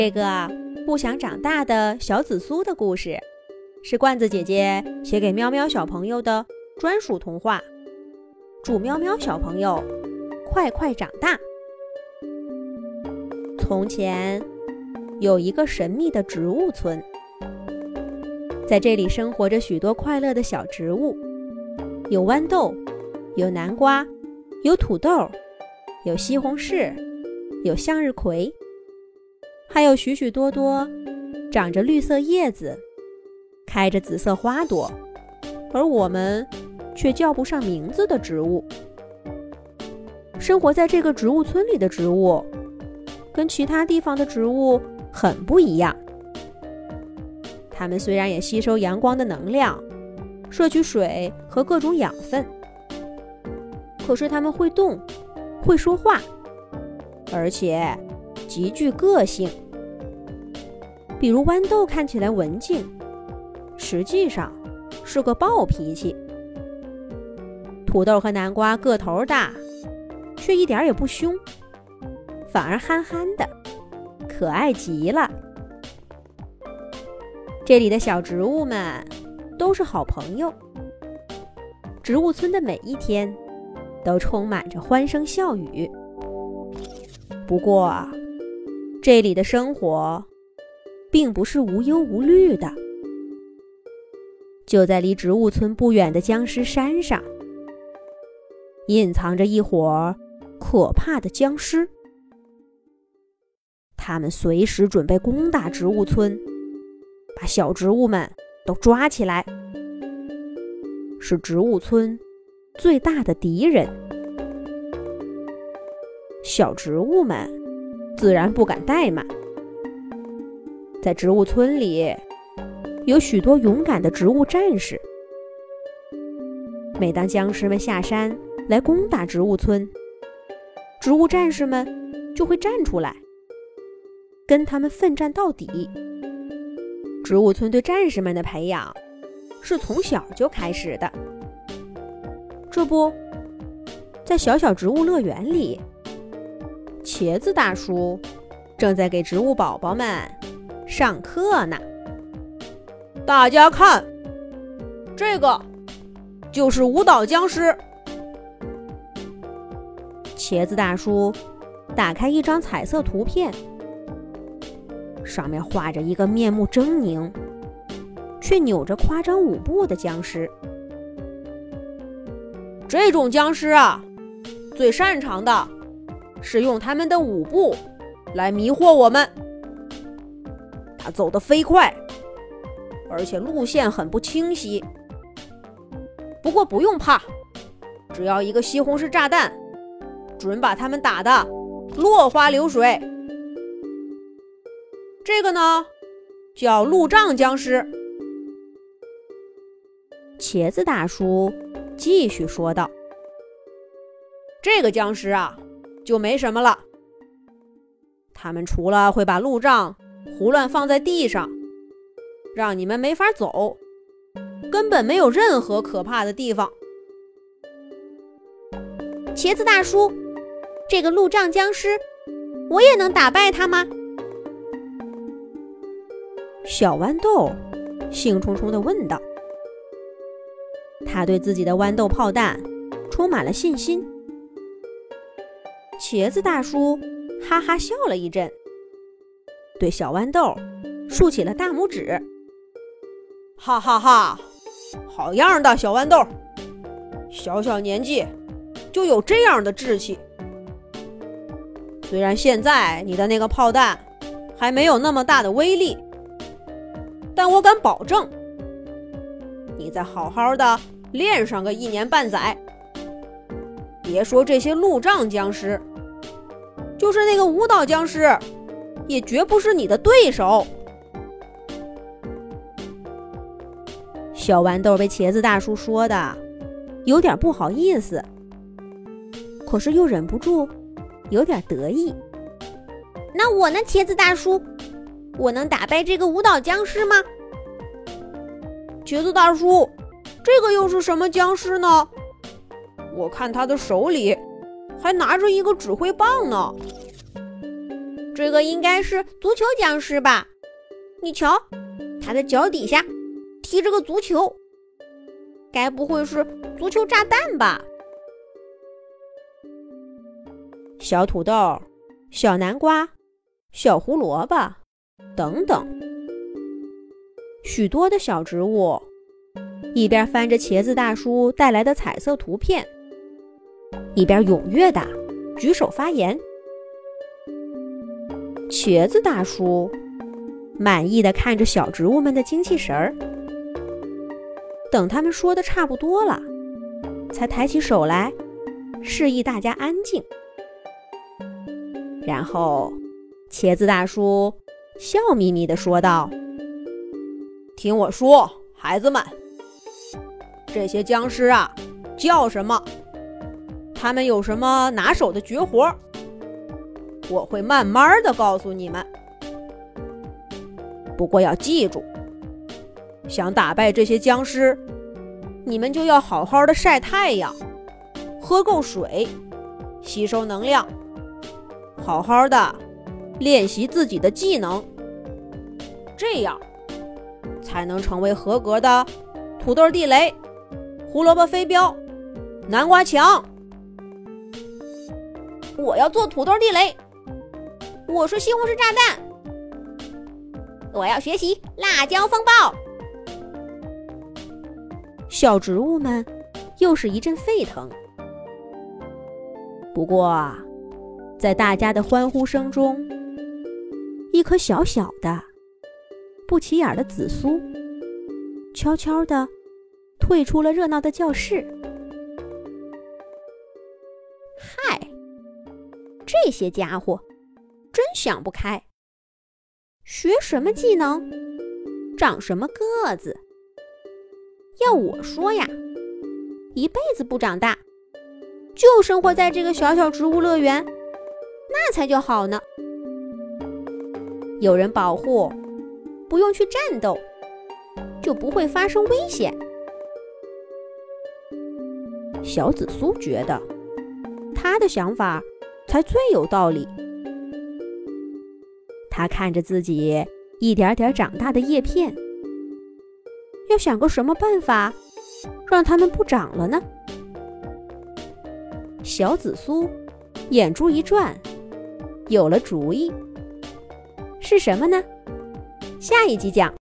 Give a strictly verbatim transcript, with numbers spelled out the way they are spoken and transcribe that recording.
这个不想长大的小紫苏的故事，是罐子姐姐写给喵喵小朋友的专属童话。祝喵喵小朋友快快长大。从前有一个神秘的植物村，在这里生活着许多快乐的小植物，有豌豆，有南瓜，有土豆，有西红柿，有向日葵，还有许许多多长着绿色叶子，开着紫色花朵，而我们却叫不上名字的植物。生活在这个植物村里的植物，跟其他地方的植物很不一样。它们虽然也吸收阳光的能量，摄取水和各种养分，可是它们会动，会说话，而且极具个性。比如豌豆看起来文静，实际上是个暴脾气。土豆和南瓜个头大，却一点也不凶，反而憨憨的，可爱极了。这里的小植物们都是好朋友，植物村的每一天都充满着欢声笑语。不过，这里的生活并不是无忧无虑的。就在离植物村不远的僵尸山上，隐藏着一伙可怕的僵尸，他们随时准备攻打植物村，把小植物们都抓起来，是植物村最大的敌人。小植物们自然不敢怠慢，在植物村里有许多勇敢的植物战士。每当僵尸们下山来攻打植物村，植物战士们就会站出来，跟他们奋战到底。植物村对战士们的培养是从小就开始的。这不，在小小植物乐园里，茄子大叔正在给植物宝宝们上课呢。 大家看，这个就是舞蹈僵尸。 茄子大叔打开一张彩色图片，上面画着一个面目狰狞却扭着夸张舞步的僵尸。 这种僵尸啊，最擅长的是用他们的舞步来迷惑我们。他走得飞快，而且路线很不清晰。不过不用怕，只要一个西红柿炸弹，准把他们打得落花流水。这个呢，叫路障僵尸。 茄子大叔继续说道： 这个僵尸啊，就没什么了。他们除了会把路障胡乱放在地上，让你们没法走，根本没有任何可怕的地方。 茄子大叔，这个路障僵尸，我也能打败他吗？ 小豌豆兴冲冲地问道。他对自己的豌豆炮弹充满了信心。茄子大叔哈哈笑了一阵，对小豌豆竖起了大拇指。 哈哈哈，好样的，小豌豆，小小年纪就有这样的志气。虽然现在你的那个炮弹还没有那么大的威力，但我敢保证，你再好好的练上个一年半载，别说这些路障僵尸，就是那个舞蹈僵尸，也绝不是你的对手。 小豌豆被茄子大叔说的有点不好意思，可是又忍不住有点得意。 那我呢，茄子大叔，我能打败这个舞蹈僵尸吗？ 茄子大叔，这个又是什么僵尸呢？我看他的手里还拿着一个指挥棒呢。 这个应该是足球僵尸吧？你瞧，他的脚底下踢着个足球，该不会是足球炸弹吧？ 小土豆、小南瓜、小胡萝卜等等，许多的小植物一边翻着茄子大叔带来的彩色图片，一边踊跃地举手发言。茄子大叔满意地看着小植物们的精气神儿，等他们说的差不多了，才抬起手来示意大家安静。然后茄子大叔笑眯眯地说道： 听我说，孩子们，这些僵尸啊叫什么？他们有什么拿手的绝活？我会慢慢的告诉你们。不过要记住，想打败这些僵尸，你们就要好好的晒太阳，喝够水，吸收能量，好好的练习自己的技能，这样才能成为合格的土豆地雷、胡萝卜飞镖、南瓜墙。 我要做土豆地雷，我是西红柿炸弹，我要学习辣椒风暴。 小植物们又是一阵沸腾。不过啊，在大家的欢呼声中，一颗小小的不起眼的紫苏悄悄地退出了热闹的教室。 嗨，这些家伙真想不开，学什么技能，长什么个子。要我说呀，一辈子不长大，就生活在这个小小植物乐园，那才叫好呢。有人保护，不用去战斗，就不会发生危险。 小紫苏觉得他的想法才最有道理。他看着自己一点点长大的叶片，要想个什么办法让它们不长了呢？小紫苏眼珠一转，有了主意。是什么呢？下一集讲。